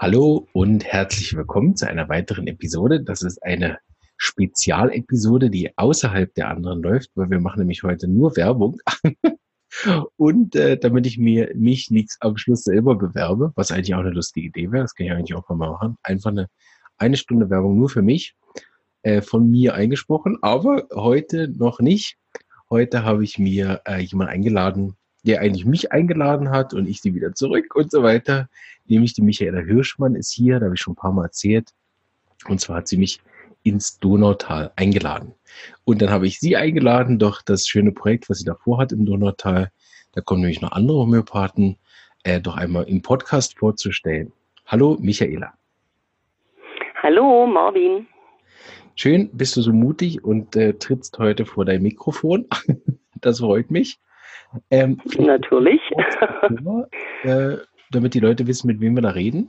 Hallo und herzlich willkommen zu einer weiteren Episode. Das ist eine Spezialepisode, die außerhalb der anderen läuft, weil wir machen nämlich heute nur Werbung. Und damit ich mich nichts am Schluss selber bewerbe, was eigentlich auch eine lustige Idee wäre, das kann ich eigentlich auch mal machen, einfach eine Stunde Werbung nur für mich, von mir eingesprochen, aber heute noch nicht. Heute habe ich mir jemanden eingeladen, der eigentlich mich eingeladen hat und ich sie wieder zurück und so weiter. Nämlich die Michaela Hirschmann ist hier, da habe ich schon ein paar Mal erzählt. Und zwar hat sie mich ins Donautal eingeladen. Und dann habe ich sie eingeladen, doch das schöne Projekt, was sie davor hat im Donautal, da kommen nämlich noch andere Homöopathen, doch einmal im Podcast vorzustellen. Hallo Michaela. Hallo Marvin. Schön, bist du so mutig und trittst heute vor dein Mikrofon. Das freut mich. Natürlich. Vor, damit die Leute wissen, mit wem wir da reden.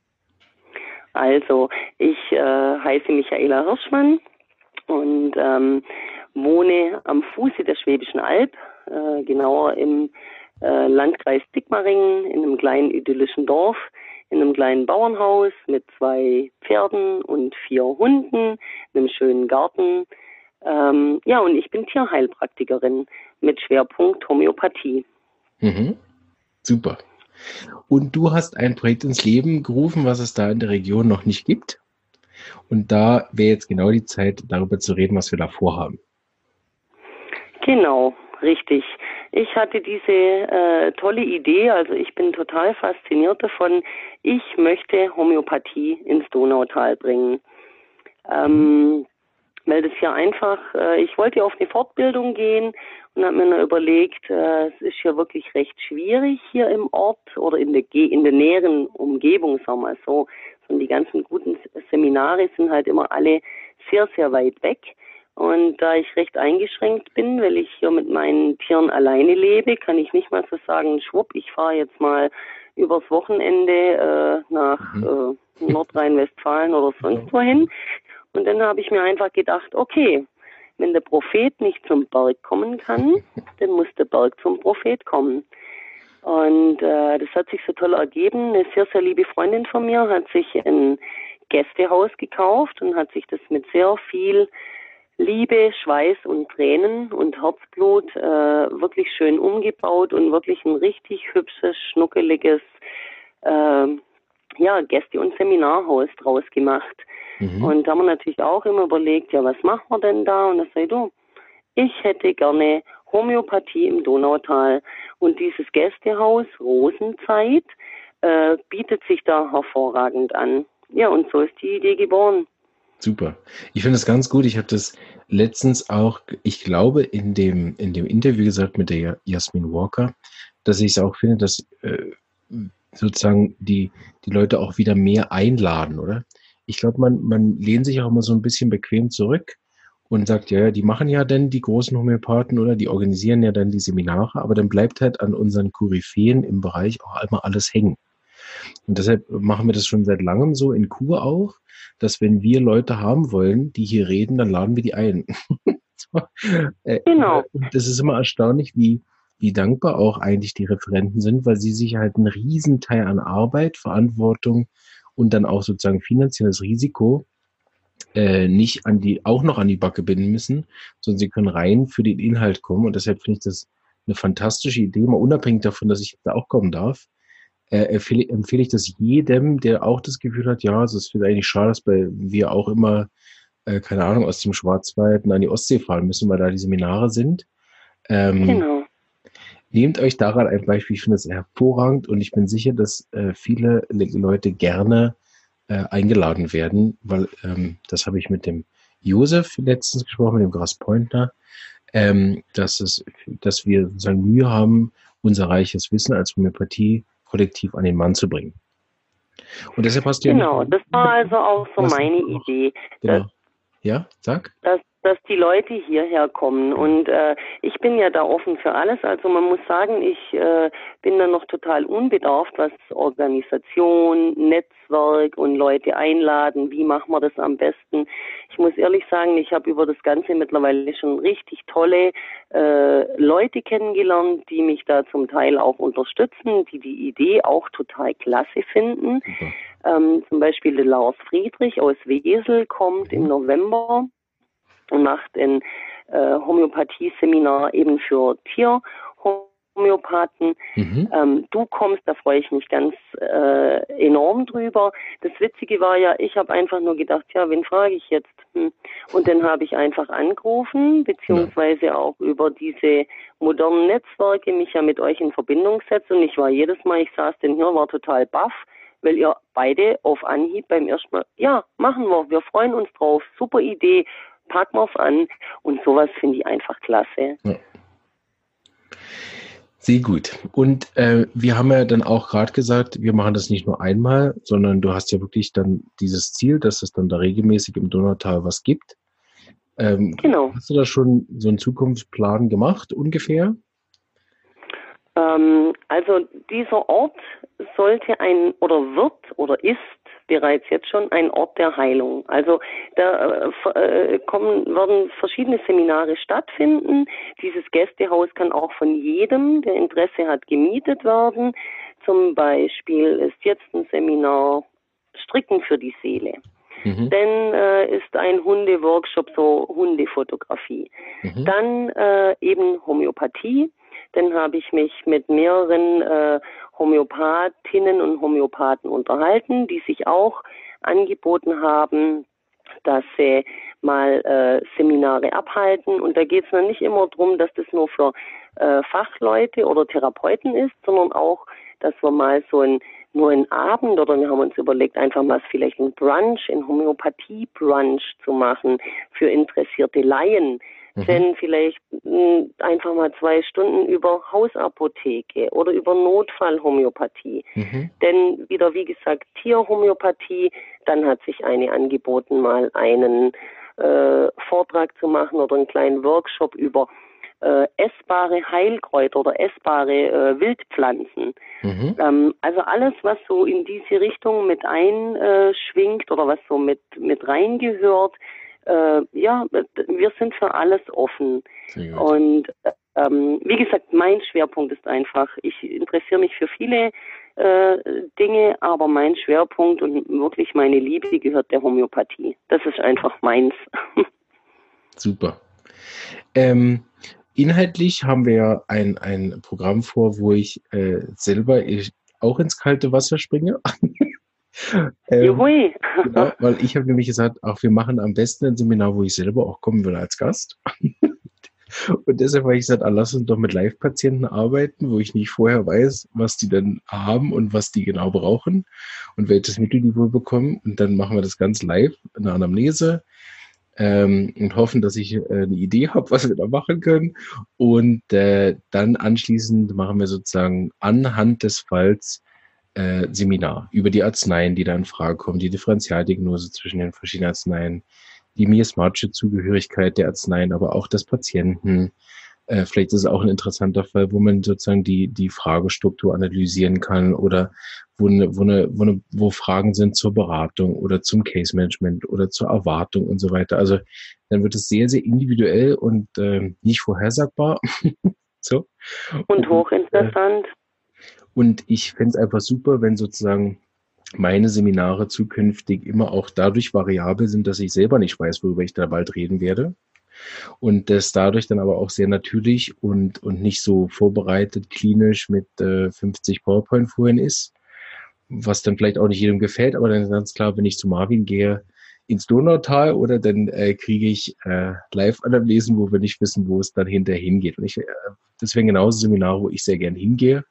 Also, ich heiße Michaela Hirschmann und wohne am Fuße der Schwäbischen Alb, genauer im Landkreis Sigmaringen, in einem kleinen idyllischen Dorf, in einem kleinen Bauernhaus mit 2 Pferden und 4 Hunden, einem schönen Garten. Ja, und ich bin Tierheilpraktikerin mit Schwerpunkt Homöopathie. Mhm. Super. Und du hast ein Projekt ins Leben gerufen, was es da in der Region noch nicht gibt. Und da wäre jetzt genau die Zeit, darüber zu reden, was wir da vorhaben. Genau, richtig. Ich hatte diese tolle Idee, also ich bin total fasziniert davon. Ich möchte Homöopathie ins Donautal bringen. Weil das hier einfach, ich wollte auf eine Fortbildung gehen und habe mir dann überlegt, es ist ja wirklich recht schwierig hier im Ort oder in der näheren Umgebung, sagen wir mal so. Und die ganzen guten Seminare sind halt immer alle sehr, sehr weit weg. Und da ich recht eingeschränkt bin, weil ich hier mit meinen Tieren alleine lebe, kann ich nicht mal so sagen, schwupp, ich fahre jetzt mal übers Wochenende nach Nordrhein-Westfalen oder sonst wohin. Und dann habe ich mir einfach gedacht, okay, wenn der Prophet nicht zum Berg kommen kann, dann muss der Berg zum Prophet kommen. Und das hat sich so toll ergeben. Eine sehr, sehr liebe Freundin von mir hat sich ein Gästehaus gekauft und hat sich das mit sehr viel Liebe, Schweiß und Tränen und Herzblut wirklich schön umgebaut und wirklich ein richtig hübsches, schnuckeliges Gäste- und Seminarhaus draus gemacht. Und da haben wir natürlich auch immer überlegt, ja, was machen wir denn da? Und da sag ich, du, ich hätte gerne Homöopathie im Donautal. Und dieses Gästehaus Rosenzeit bietet sich da hervorragend an. Ja, und so ist die Idee geboren. Super. Ich finde das ganz gut. Ich habe das letztens auch, ich glaube, in dem Interview gesagt mit der Jasmin Walker, dass ich es auch finde, dass sozusagen die Leute auch wieder mehr einladen, oder? Ich glaube, man lehnt sich auch immer so ein bisschen bequem zurück und sagt, ja, die machen ja dann die großen Homöopathen oder die organisieren ja dann die Seminare, aber dann bleibt halt an unseren Koryphäen im Bereich auch einmal alles hängen. Und deshalb machen wir das schon seit langem so in Kur auch, dass wenn wir Leute haben wollen, die hier reden, dann laden wir die ein. So, Genau. und das ist immer erstaunlich, wie dankbar auch eigentlich die Referenten sind, weil sie sich halt einen Riesenteil an Arbeit, Verantwortung und dann auch sozusagen finanzielles Risiko nicht auch noch an die Backe binden müssen, sondern sie können rein für den Inhalt kommen. Und deshalb finde ich das eine fantastische Idee, mal unabhängig davon, dass ich da auch kommen darf. Empfehle ich das jedem, der auch das Gefühl hat, ja, also es wird eigentlich schade, dass wir auch immer, keine Ahnung, aus dem Schwarzwald an die Ostsee fahren müssen, weil da die Seminare sind. Genau. Nehmt euch daran ein Beispiel, ich finde es hervorragend und ich bin sicher, dass viele Leute gerne eingeladen werden, weil das habe ich mit dem Josef letztens gesprochen, mit dem Graspointner, dass wir sozusagen Mühe haben, unser reiches Wissen als Homöopathie kollektiv an den Mann zu bringen. Und deshalb hast du Genau, das war also auch so meine Idee. Genau. Ja, sag. dass die Leute hierher kommen. Und ich bin ja da offen für alles. Also man muss sagen, ich bin da noch total unbedarft, was Organisation, Netzwerk und Leute einladen. Wie machen wir das am besten? Ich muss ehrlich sagen, ich habe über das Ganze mittlerweile schon richtig tolle Leute kennengelernt, die mich da zum Teil auch unterstützen, die die Idee auch total klasse finden. Zum Beispiel der Lars Friedrich aus Wesel kommt im November und macht ein Homöopathie-Seminar eben für Tierhomöopathen. Du kommst, da freue ich mich ganz enorm drüber. Das Witzige war ja, ich habe einfach nur gedacht, ja, wen frage ich jetzt? Und dann habe ich einfach angerufen, beziehungsweise auch über diese modernen Netzwerke mich ja mit euch in Verbindung gesetzt. Und ich war jedes Mal, ich saß denn hier, war total baff, weil ihr beide auf Anhieb beim ersten Mal, ja, machen wir freuen uns drauf, super Idee, packen wir es an. Und sowas finde ich einfach klasse. Ja. Sehr gut. Und wir haben ja dann auch gerade gesagt, wir machen das nicht nur einmal, sondern du hast ja wirklich dann dieses Ziel, dass es dann da regelmäßig im Donautal was gibt. Genau. Hast du da schon so einen Zukunftsplan gemacht ungefähr? Also dieser Ort sollte ist bereits jetzt schon ein Ort der Heilung. Also da werden verschiedene Seminare stattfinden. Dieses Gästehaus kann auch von jedem, der Interesse hat, gemietet werden. Zum Beispiel ist jetzt ein Seminar Stricken für die Seele. Dann ist ein Hundeworkshop, so Hundefotografie. Dann eben Homöopathie. Dann habe ich mich mit mehreren Homöopathinnen und Homöopathen unterhalten, die sich auch angeboten haben, dass sie mal Seminare abhalten. Und da geht es noch nicht immer darum, dass das nur für Fachleute oder Therapeuten ist, sondern auch, dass wir mal nur einen Abend oder wir haben uns überlegt, einfach mal vielleicht ein Brunch, ein Homöopathie-Brunch zu machen für interessierte Laien. Denn vielleicht einfach mal 2 Stunden über Hausapotheke oder über Notfallhomöopathie. Denn wieder, wie gesagt, Tierhomöopathie, dann hat sich eine angeboten, mal einen Vortrag zu machen oder einen kleinen Workshop über essbare Heilkräuter oder essbare Wildpflanzen. Also alles, was so in diese Richtung mit einschwingt oder was so mit reingehört, ja, wir sind für alles offen. Und wie gesagt, mein Schwerpunkt ist einfach, ich interessiere mich für viele Dinge, aber mein Schwerpunkt und wirklich meine Liebe gehört der Homöopathie. Das ist einfach meins. Super. Inhaltlich haben wir ja ein Programm vor, wo ich selber auch ins kalte Wasser springe. Genau, weil ich habe nämlich gesagt, auch wir machen am besten ein Seminar, wo ich selber auch kommen will als Gast. Und deshalb habe ich gesagt, lass uns doch mit Live-Patienten arbeiten, wo ich nicht vorher weiß, was die denn haben und was die genau brauchen und welches Mittel die wohl bekommen. Und dann machen wir das ganz live, eine Anamnese, und hoffen, dass ich eine Idee habe, was wir da machen können. Und dann anschließend machen wir sozusagen anhand des Falls Seminar über die Arzneien, die da in Frage kommen, die Differentialdiagnose zwischen den verschiedenen Arzneien, die miasmatische Zugehörigkeit der Arzneien, aber auch des Patienten. Vielleicht ist es auch ein interessanter Fall, wo man sozusagen die Fragestruktur analysieren kann oder wo Fragen sind zur Beratung oder zum Case Management oder zur Erwartung und so weiter. Also dann wird es sehr, sehr individuell und nicht vorhersagbar. So. Und hochinteressant. Und ich fände es einfach super, wenn sozusagen meine Seminare zukünftig immer auch dadurch variabel sind, dass ich selber nicht weiß, worüber ich da bald reden werde. Und das dadurch dann aber auch sehr natürlich und nicht so vorbereitet, klinisch mit 50 PowerPoint-Folien ist, was dann vielleicht auch nicht jedem gefällt, aber dann ist ganz klar, wenn ich zu Marvin gehe, ins Donautal oder dann kriege ich Live-Analysen, wo wir nicht wissen, wo es dann hinterher hingeht. Und deswegen genauso Seminare, wo ich sehr gern hingehe,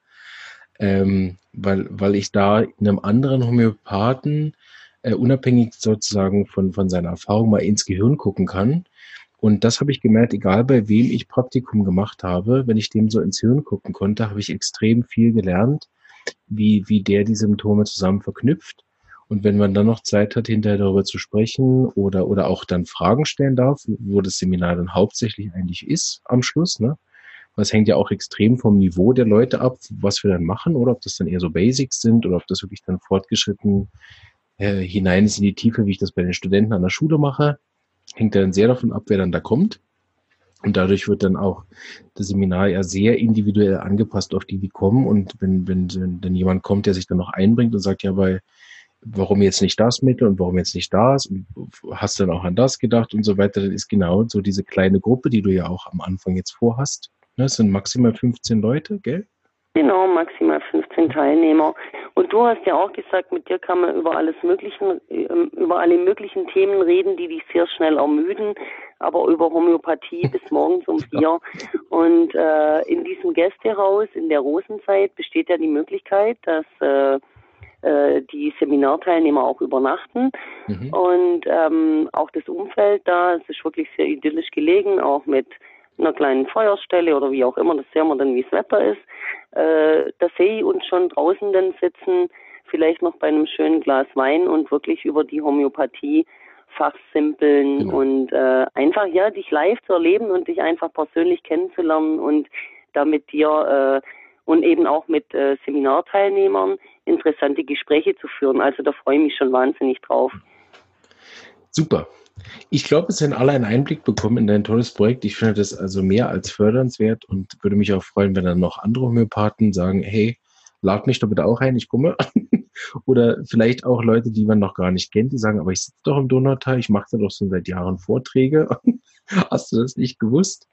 weil ich da in einem anderen Homöopathen unabhängig sozusagen von seiner Erfahrung mal ins Gehirn gucken kann. Und das habe ich gemerkt, egal bei wem ich Praktikum gemacht habe, wenn ich dem so ins Hirn gucken konnte, habe ich extrem viel gelernt, wie der die Symptome zusammen verknüpft Und wenn man dann noch Zeit hat, hinterher darüber zu sprechen oder auch dann Fragen stellen darf, wo das Seminar dann hauptsächlich eigentlich ist am Schluss, ne? Das hängt ja auch extrem vom Niveau der Leute ab, was wir dann machen, oder ob das dann eher so Basics sind oder ob das wirklich dann fortgeschritten hinein ist in die Tiefe, wie ich das bei den Studenten an der Schule mache. Hängt dann sehr davon ab, wer dann da kommt. Und dadurch wird dann auch das Seminar ja sehr individuell angepasst auf die kommen. Und wenn dann jemand kommt, der sich dann noch einbringt und sagt, ja, warum jetzt nicht das Mittel und warum jetzt nicht das? Und hast dann auch an das gedacht und so weiter, dann ist genau so diese kleine Gruppe, die du ja auch am Anfang jetzt vorhast. Das sind maximal 15 Leute, gell? Genau, maximal 15 Teilnehmer. Und du hast ja auch gesagt, mit dir kann man über über alle möglichen Themen reden, die dich sehr schnell ermüden, aber über Homöopathie bis morgens um 4. Und in diesem Gästehaus in der Rosenzeit besteht ja die Möglichkeit, dass die Seminarteilnehmer auch übernachten. Mhm. Und auch das Umfeld da, es ist wirklich sehr idyllisch gelegen, auch mit einer kleinen Feuerstelle oder wie auch immer, das sehen wir dann, wie das Wetter ist. Da sehe ich uns schon draußen dann sitzen, vielleicht noch bei einem schönen Glas Wein und wirklich über die Homöopathie fachsimpeln und einfach ja dich live zu erleben und dich einfach persönlich kennenzulernen und da mit dir und eben auch mit Seminarteilnehmern interessante Gespräche zu führen. Also da freue ich mich schon wahnsinnig drauf. Super. Ich glaube, es haben alle einen Einblick bekommen in dein tolles Projekt. Ich finde das also mehr als fördernswert und würde mich auch freuen, wenn dann noch andere Homöopathen sagen, hey, lad mich doch bitte auch ein, ich komme. Oder vielleicht auch Leute, die man noch gar nicht kennt, die sagen, aber ich sitze doch im Donautal, ich mache da doch schon seit Jahren Vorträge. Hast du das nicht gewusst?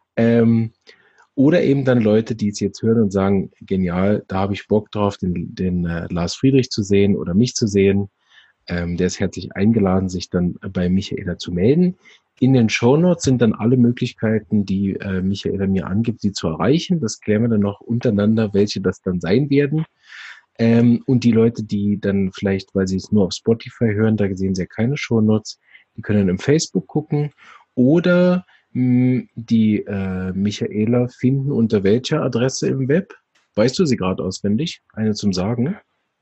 Oder eben dann Leute, die es jetzt hören und sagen, genial, da habe ich Bock drauf, den Lars Friedrich zu sehen oder mich zu sehen. Der ist herzlich eingeladen, sich dann bei Michaela zu melden. In den Shownotes sind dann alle Möglichkeiten, die Michaela mir angibt, sie zu erreichen. Das klären wir dann noch untereinander, welche das dann sein werden. Und die Leute, die dann vielleicht, weil sie es nur auf Spotify hören, da sehen sie ja keine Shownotes, die können dann im Facebook gucken oder die Michaela finden unter welcher Adresse im Web? Weißt du sie gerade auswendig? Eine zum Sagen?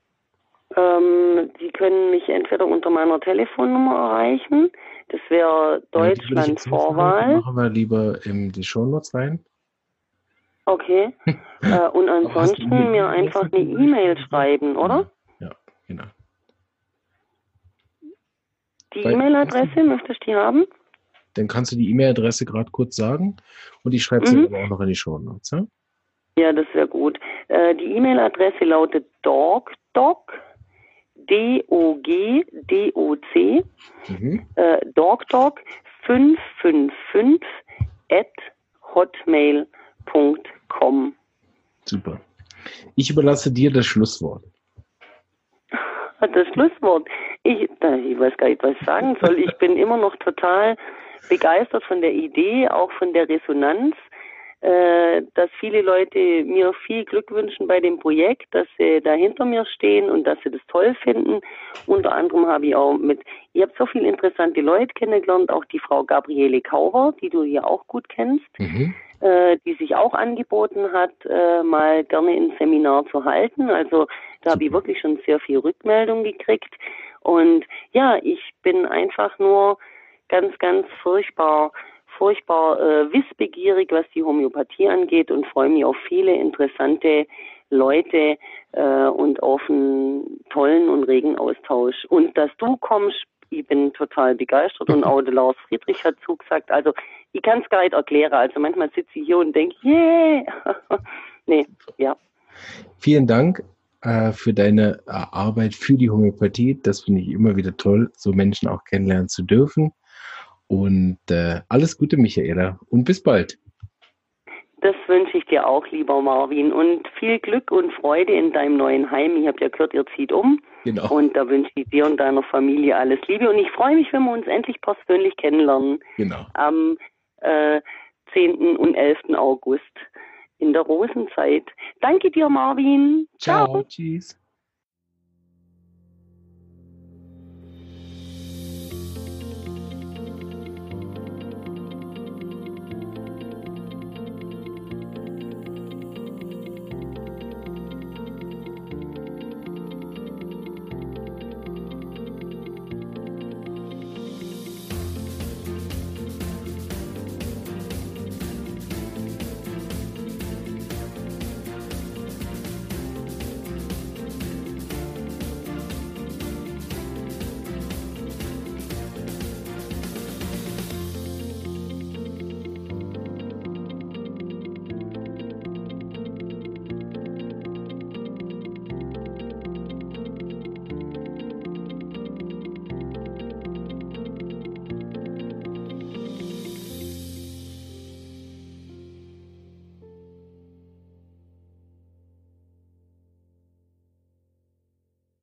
Sie können mich entweder unter meiner Telefonnummer erreichen, das wäre Deutschland Vorwahl. Machen wir lieber in die Shownotes rein. Okay. Und ansonsten mir einfach eine E-Mail schreiben, oder? Ja, genau. Die E-Mail-Adresse, möchtest du die haben? Dann kannst du die E-Mail-Adresse gerade kurz sagen und ich schreibe sie aber auch noch in die Shownotes, ja? Ja, das wäre gut. Die E-Mail-Adresse lautet dogdoc, D-O-G-D-O-C, dogdoc 555 @hotmail.com. Super. Ich überlasse dir das Schlusswort. Das Schlusswort. Ich weiß gar nicht, was ich sagen soll. Ich bin immer noch total begeistert von der Idee, auch von der Resonanz, dass viele Leute mir viel Glück wünschen bei dem Projekt, dass sie da hinter mir stehen und dass sie das toll finden. Unter anderem habe ich ich habe so viele interessante Leute kennengelernt, auch die Frau Gabriele Kauber, die du hier auch gut kennst, die sich auch angeboten hat, mal gerne ein Seminar zu halten. Also da habe ich wirklich schon sehr viel Rückmeldung gekriegt. Und ja, ich bin einfach nur ganz, ganz furchtbar wissbegierig, was die Homöopathie angeht und freue mich auf viele interessante Leute und auf einen tollen und regen Austausch. Und dass du kommst, ich bin total begeistert und auch der Lars Friedrich hat zugesagt. Also ich kann es gar nicht erklären. Also manchmal sitze ich hier und denke, yeah. Nee, ja. Vielen Dank für deine Arbeit für die Homöopathie. Das finde ich immer wieder toll, so Menschen auch kennenlernen zu dürfen. Und alles Gute, Michaela, und bis bald. Das wünsche ich dir auch, lieber Marvin. Und viel Glück und Freude in deinem neuen Heim. Ich habe ja gehört, ihr zieht um. Genau. Und da wünsche ich dir und deiner Familie alles Liebe. Und ich freue mich, wenn wir uns endlich persönlich kennenlernen. Genau. Am 10. und 11. August in der Rosenzeit. Danke dir, Marvin. Ciao. Tschüss.